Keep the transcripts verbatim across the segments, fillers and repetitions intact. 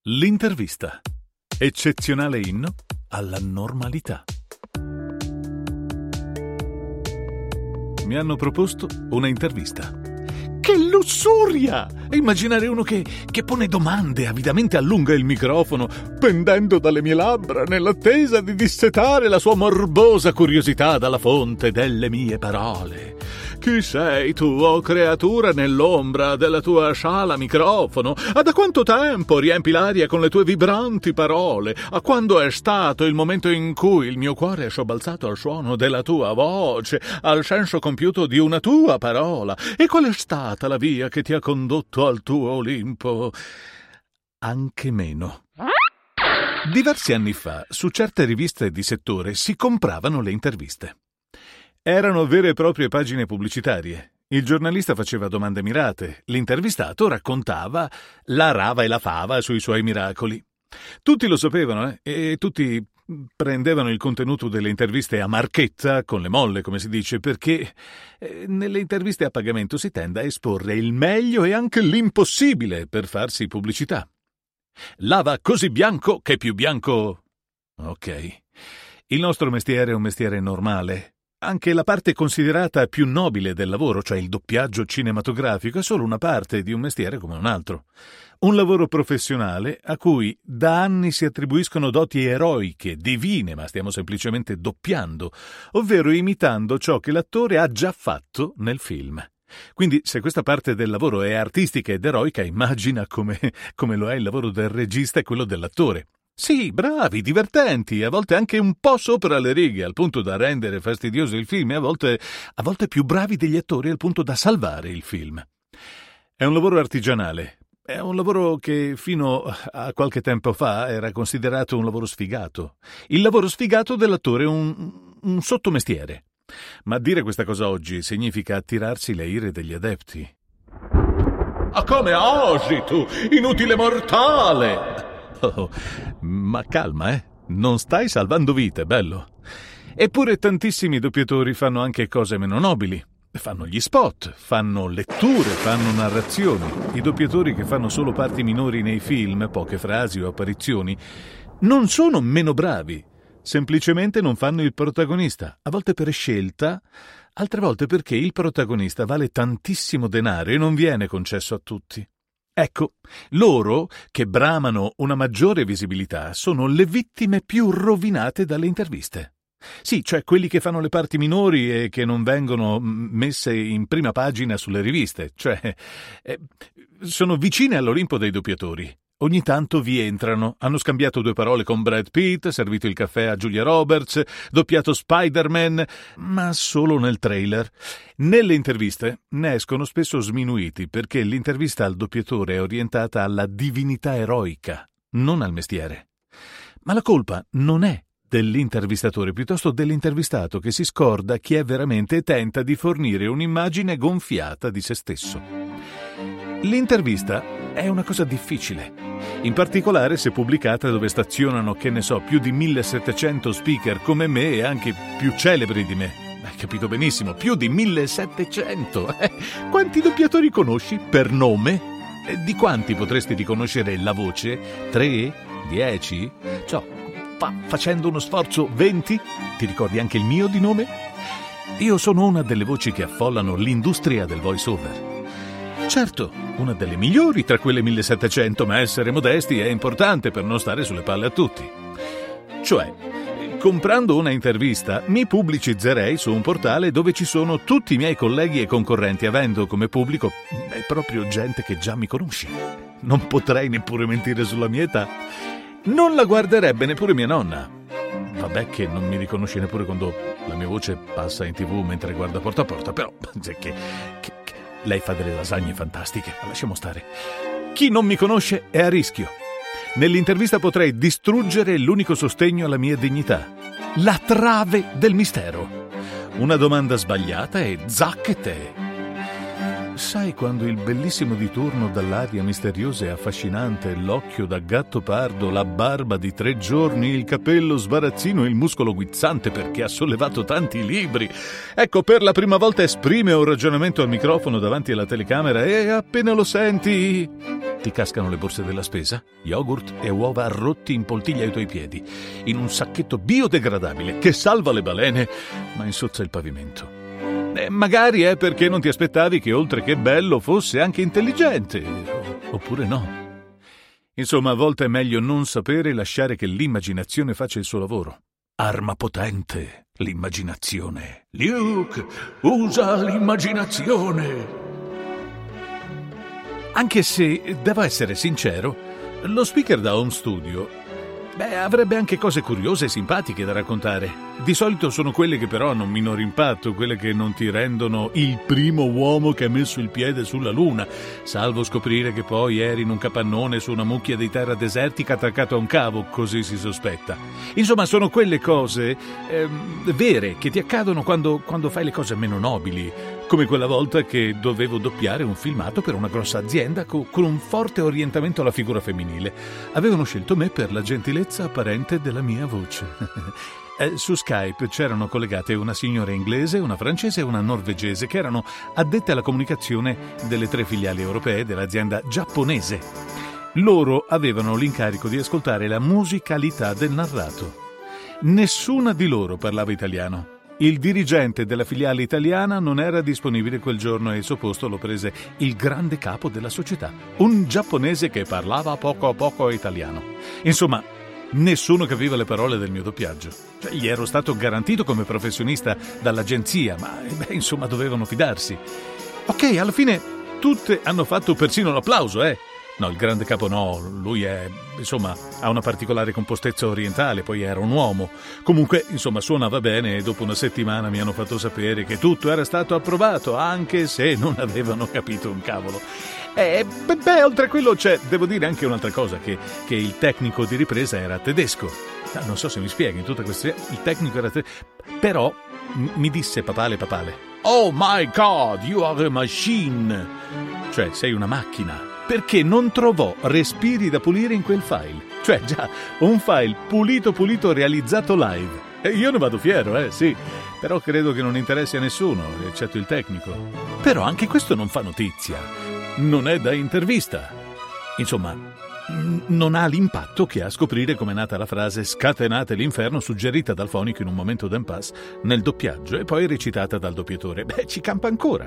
L'intervista. Eccezionale inno alla normalità. Mi hanno proposto una intervista. Che lussuria! Immaginare uno che, che pone domande, avidamente allunga il microfono, pendendo dalle mie labbra nell'attesa di dissetare la sua morbosa curiosità dalla fonte delle mie parole. Chi sei tu, o creatura nell'ombra della tua sciala microfono? A da quanto tempo riempi l'aria con le tue vibranti parole? A quando è stato il momento in cui il mio cuore è sobbalzato al suono della tua voce, al senso compiuto di una tua parola? E qual è stata la via che ti ha condotto al tuo Olimpo? Anche meno. Diversi anni fa, su certe riviste di settore si compravano le interviste. Erano vere e proprie pagine pubblicitarie. Il giornalista faceva domande mirate, l'intervistato raccontava la rava e la fava sui suoi miracoli. Tutti lo sapevano, eh? E tutti prendevano il contenuto delle interviste a marchetta, con le molle, come si dice, perché eh, nelle interviste a pagamento si tende a esporre il meglio e anche l'impossibile per farsi pubblicità. Lava così bianco che più bianco... Ok. Il nostro mestiere è un mestiere normale. Anche la parte considerata più nobile del lavoro, cioè il doppiaggio cinematografico, è solo una parte di un mestiere come un altro. Un lavoro professionale a cui da anni si attribuiscono doti eroiche, divine, ma stiamo semplicemente doppiando, ovvero imitando ciò che l'attore ha già fatto nel film. Quindi, se questa parte del lavoro è artistica ed eroica, immagina come, come lo è il lavoro del regista e quello dell'attore. Sì, bravi, divertenti, a volte anche un po' sopra le righe, al punto da rendere fastidioso il film, e a volte, a volte più bravi degli attori, al punto da salvare il film. È un lavoro artigianale, è un lavoro che fino a qualche tempo fa era considerato un lavoro sfigato. Il lavoro sfigato dell'attore è un, un sottomestiere. Ma dire questa cosa oggi significa attirarsi le ire degli adepti. Ah, come osi tu, inutile mortale! Oh, ma calma, eh? Non stai salvando vite, bello. Eppure tantissimi doppiatori fanno anche cose meno nobili. Fanno gli spot, fanno letture, fanno narrazioni. I doppiatori che fanno solo parti minori nei film, poche frasi o apparizioni, non sono meno bravi. Semplicemente non fanno il protagonista, a volte per scelta, altre volte perché il protagonista vale tantissimo denaro e non viene concesso a tutti. Ecco, loro, che bramano una maggiore visibilità, sono le vittime più rovinate dalle interviste. Sì, cioè quelli che fanno le parti minori e che non vengono messe in prima pagina sulle riviste, cioè eh, sono vicine all'Olimpo dei doppiatori. Ogni tanto vi entrano, hanno scambiato due parole con Brad Pitt, servito il caffè a Julia Roberts, doppiato Spider-Man, ma solo nel trailer. Nelle interviste ne escono spesso sminuiti perché l'intervista al doppiatore è orientata alla divinità eroica, non al mestiere. Ma la colpa non è dell'intervistatore, piuttosto dell'intervistato che si scorda chi è veramente e tenta di fornire un'immagine gonfiata di se stesso. L'intervista è una cosa difficile, in particolare se pubblicata dove stazionano, che ne so, più di millesettecento speaker come me e anche più celebri di me. Hai capito benissimo, più di millesettecento! Eh? Quanti doppiatori conosci per nome? Eh, di quanti potresti riconoscere la voce? Tre? Dieci? Cioè, fa- facendo uno sforzo, venti? Ti ricordi anche il mio di nome? Io sono una delle voci che affollano l'industria del voice-over. Certo, una delle migliori tra quelle millesettecento, ma essere modesti è importante per non stare sulle palle a tutti. Cioè, comprando una intervista, mi pubblicizzerei su un portale dove ci sono tutti i miei colleghi e concorrenti, avendo come pubblico beh, proprio gente che già mi conosce. Non potrei neppure mentire sulla mia età. Non la guarderebbe neppure mia nonna. Vabbè che non mi riconosce neppure quando la mia voce passa in tv mentre guarda porta a porta, però che... che lei fa delle lasagne fantastiche, ma lasciamo stare. Chi non mi conosce è a rischio. Nell'intervista potrei distruggere l'unico sostegno alla mia dignità, la trave del mistero. Una domanda sbagliata e zacchete. Sai quando il bellissimo di turno dall'aria misteriosa e affascinante, l'occhio da gatto pardo, la barba di tre giorni, il capello sbarazzino e il muscolo guizzante perché ha sollevato tanti libri. Ecco, per la prima volta esprime un ragionamento al microfono davanti alla telecamera e appena lo senti ti cascano le borse della spesa, yogurt e uova rotti in poltiglia ai tuoi piedi, in un sacchetto biodegradabile che salva le balene ma insozza il pavimento. Eh, magari è perché non ti aspettavi che oltre che bello fosse anche intelligente, oppure no. Insomma, a volte è meglio non sapere e lasciare che l'immaginazione faccia il suo lavoro. Arma potente, l'immaginazione. Luke, usa l'immaginazione. Anche se, devo essere sincero, lo speaker da home studio Beh, avrebbe anche cose curiose e simpatiche da raccontare. Di solito sono quelle che però hanno un minor impatto, quelle che non ti rendono il primo uomo che ha messo il piede sulla Luna, salvo scoprire che poi eri in un capannone su una mucchia di terra desertica attaccato a un cavo, così si sospetta. Insomma, sono quelle cose eh, vere che ti accadono quando, quando fai le cose meno nobili, come quella volta che dovevo doppiare un filmato per una grossa azienda co- con un forte orientamento alla figura femminile. Avevano scelto me per la gentilezza apparente della mia voce. eh, su Skype c'erano collegate una signora inglese, una francese e una norvegese che erano addette alla comunicazione delle tre filiali europee dell'azienda giapponese. Loro avevano l'incarico di ascoltare la musicalità del narrato. Nessuna di loro parlava italiano. Il dirigente della filiale italiana non era disponibile quel giorno e il suo posto lo prese il grande capo della società, un giapponese che parlava poco a poco italiano. Insomma, nessuno capiva le parole del mio doppiaggio. Cioè, gli ero stato garantito come professionista dall'agenzia, ma beh, insomma dovevano fidarsi. Ok, alla fine tutte hanno fatto persino l'applauso, eh. No, il grande capo no, lui è, insomma, ha una particolare compostezza orientale, poi era un uomo. Comunque, insomma, suonava bene e dopo una settimana mi hanno fatto sapere che tutto era stato approvato, anche se non avevano capito un cavolo. E beh, beh, oltre a quello c'è, devo dire anche un'altra cosa, che, che il tecnico di ripresa era tedesco. Non so se mi spieghi, in tutta questa... il tecnico era tedesco, però m- mi disse papale papale: "Oh my God, you are a machine!" Cioè, sei una macchina. Perché non trovò respiri da pulire in quel file. Cioè, già, un file pulito pulito realizzato live. E io ne vado fiero, eh, sì. Però credo che non interessi a nessuno, eccetto il tecnico. Però anche questo non fa notizia. Non è da intervista. Insomma, n- non ha l'impatto che ha scoprire com'è nata la frase "scatenate l'inferno" suggerita dal fonico in un momento d'impasse nel doppiaggio e poi recitata dal doppiatore. Beh, ci campa ancora.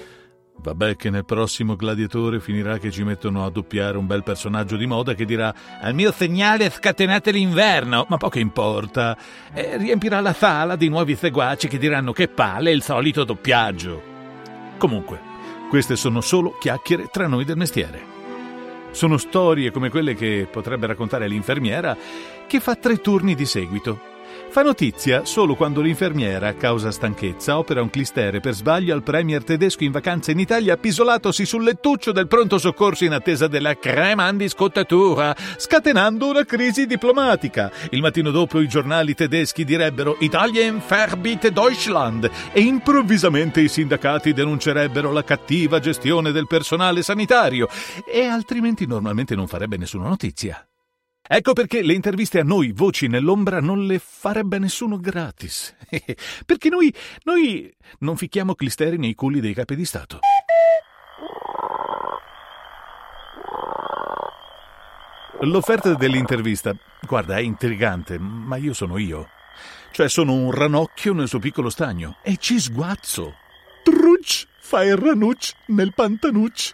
Vabbè che nel prossimo Gladiatore finirà che ci mettono a doppiare un bel personaggio di moda che dirà "al mio segnale scatenate l'inverno", ma poco importa, e riempirà la sala di nuovi seguaci che diranno "che palle, il solito doppiaggio". Comunque, queste sono solo chiacchiere tra noi del mestiere. Sono storie come quelle che potrebbe raccontare l'infermiera che fa tre turni di seguito. Fa notizia solo quando l'infermiera, a causa stanchezza, opera un clistere per sbaglio al premier tedesco in vacanza in Italia appisolatosi sul lettuccio del pronto soccorso in attesa della crema di scottatura, scatenando una crisi diplomatica. Il mattino dopo i giornali tedeschi direbbero "Italien verbietet Deutschland" e improvvisamente i sindacati denuncerebbero la cattiva gestione del personale sanitario e altrimenti normalmente non farebbe nessuna notizia. Ecco perché le interviste a noi, voci nell'ombra, non le farebbe nessuno gratis. Perché noi, noi non ficchiamo clisteri nei culi dei capi di Stato. L'offerta dell'intervista, guarda, è intrigante, ma io sono io. Cioè sono un ranocchio nel suo piccolo stagno e ci sguazzo. Trucci, fa il ranucci nel pantanucci.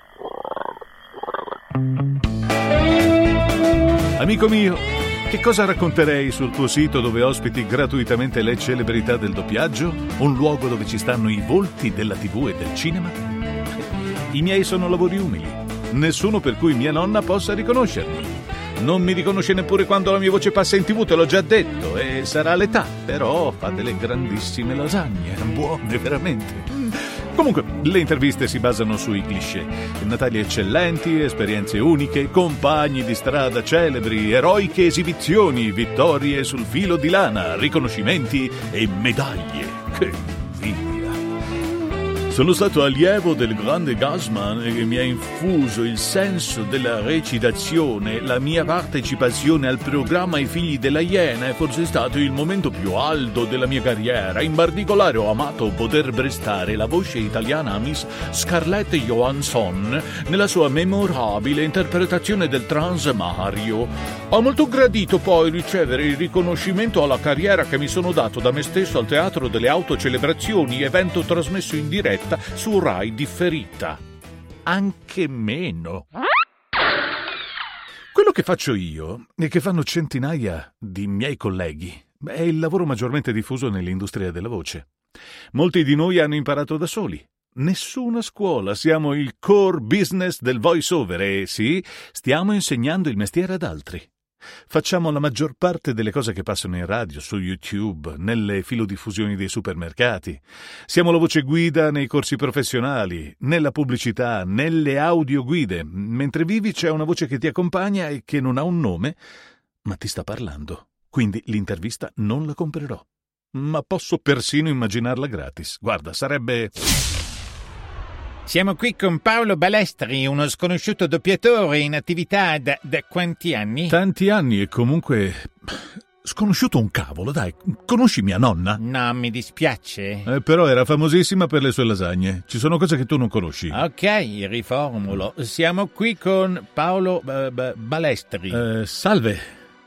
Amico mio, che cosa racconterei sul tuo sito dove ospiti gratuitamente le celebrità del doppiaggio? Un luogo dove ci stanno i volti della tivù e del cinema? I miei sono lavori umili, nessuno per cui mia nonna possa riconoscermi. Non mi riconosce neppure quando la mia voce passa in tivù, te l'ho già detto, e sarà l'età, però fa delle grandissime lasagne, buone veramente. Comunque, le interviste si basano sui cliché. Natali eccellenti, esperienze uniche, compagni di strada celebri, eroiche esibizioni, vittorie sul filo di lana, riconoscimenti e medaglie. Che invidia! Sono stato allievo del grande Gassman che mi ha infuso il senso della recitazione. La mia partecipazione al programma I figli della Iena è forse stato il momento più alto della mia carriera. In particolare ho amato poter prestare la voce italiana a Miss Scarlett Johansson nella sua memorabile interpretazione del Trans Mario. Ho molto gradito poi ricevere il riconoscimento alla carriera che mi sono dato da me stesso al Teatro delle Autocelebrazioni, evento trasmesso in diretta su Rai differita. Anche meno. Quello che faccio io e che fanno centinaia di miei colleghi è il lavoro maggiormente diffuso nell'industria della voce. Molti di noi hanno imparato da soli. Nessuna scuola, siamo il core business del voice over e sì, stiamo insegnando il mestiere ad altri. Facciamo la maggior parte delle cose che passano in radio, su YouTube, nelle filodiffusioni dei supermercati. Siamo la voce guida nei corsi professionali, nella pubblicità, nelle audioguide. Mentre vivi c'è una voce che ti accompagna e che non ha un nome, ma ti sta parlando. Quindi l'intervista non la comprerò. Ma posso persino immaginarla gratis. Guarda, sarebbe... Siamo qui con Paolo Balestri, uno sconosciuto doppiatore in attività da, da quanti anni? Tanti anni e comunque... Sconosciuto un cavolo, dai. Conosci mia nonna? No, mi dispiace. Eh, però era famosissima per le sue lasagne. Ci sono cose che tu non conosci. Ok, riformulo. Siamo qui con Paolo uh, b- Balestri. Eh, salve.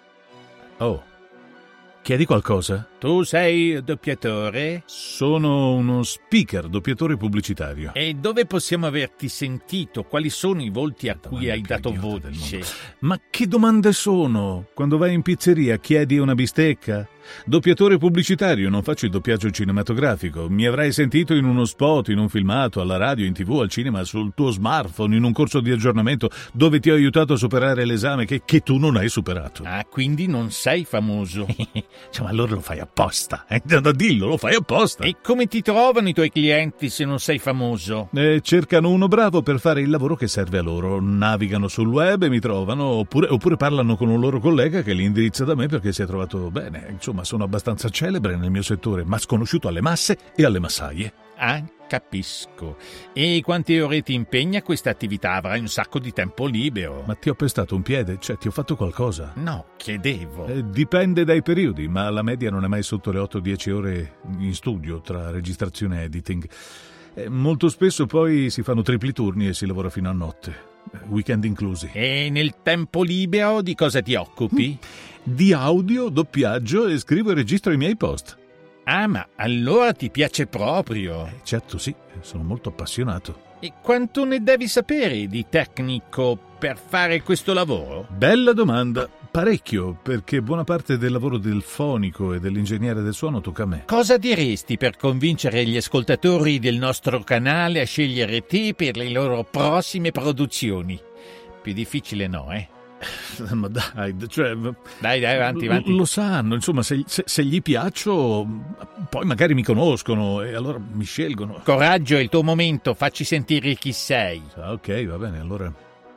Oh. Chiedi qualcosa? Tu sei doppiatore? Sono uno speaker, doppiatore pubblicitario. E dove possiamo averti sentito? Quali sono i volti a cui Domanda hai dato più idiota voce? Ma che domande sono? Quando vai in pizzeria chiedi una bistecca? Doppiatore pubblicitario, non faccio il doppiaggio cinematografico. Mi avrai sentito in uno spot, in un filmato, alla radio, in tv, al cinema, sul tuo smartphone, in un corso di aggiornamento dove ti ho aiutato a superare l'esame che, che tu non hai superato. Ah, quindi non sei famoso. Cioè, ma allora lo fai apposta. Eh? Dillo, lo fai apposta. E come ti trovano i tuoi clienti se non sei famoso? Eh, cercano uno bravo per fare il lavoro che serve a loro. Navigano sul web e mi trovano, oppure, oppure parlano con un loro collega che li indirizza da me perché si è trovato bene. Insomma, sono abbastanza celebre nel mio settore, ma sconosciuto alle masse e alle massaie. Ah, capisco. E quante ore ti impegna questa attività? Avrai un sacco di tempo libero. Ma ti ho pestato un piede? Cioè, ti ho fatto qualcosa? No, chiedevo. Eh, dipende dai periodi, ma la media non è mai sotto le otto dieci ore in studio, tra registrazione e editing. Eh, molto spesso poi si fanno tripli turni e si lavora fino a notte, weekend inclusi. E nel tempo libero di cosa ti occupi? Di audio, doppiaggio e scrivo e registro i miei post. Ah, ma allora ti piace proprio. Eh, certo sì, sono molto appassionato. E quanto ne devi sapere di tecnico per fare questo lavoro? Bella domanda. Parecchio, perché buona parte del lavoro del fonico e dell'ingegnere del suono tocca a me. Cosa diresti per convincere gli ascoltatori del nostro canale a scegliere te per le loro prossime produzioni? Più difficile no, eh? Ma dai, cioè... Dai, dai, avanti, avanti. Lo sanno, insomma, se, se, se gli piaccio, poi magari mi conoscono e allora mi scelgono. Coraggio, è il tuo momento, facci sentire chi sei. Ah, ok, va bene, allora...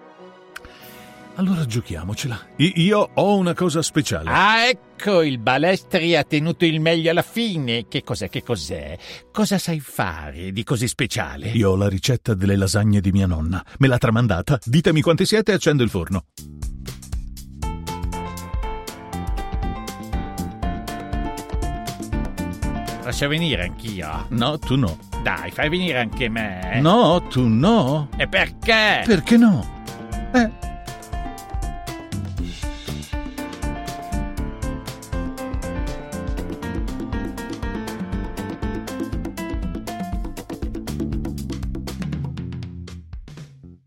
Allora giochiamocela. I- io ho una cosa speciale. Ah, ecco, il Balestri ha tenuto il meglio alla fine. Che cos'è, che cos'è? Cosa sai fare di così speciale? Io ho la ricetta delle lasagne di mia nonna. Me l'ha tramandata. Ditemi quanti siete e accendo il forno. Lascia venire anch'io. No, tu no. Dai, fai venire anche me. No, tu no. E perché? Perché no? Eh...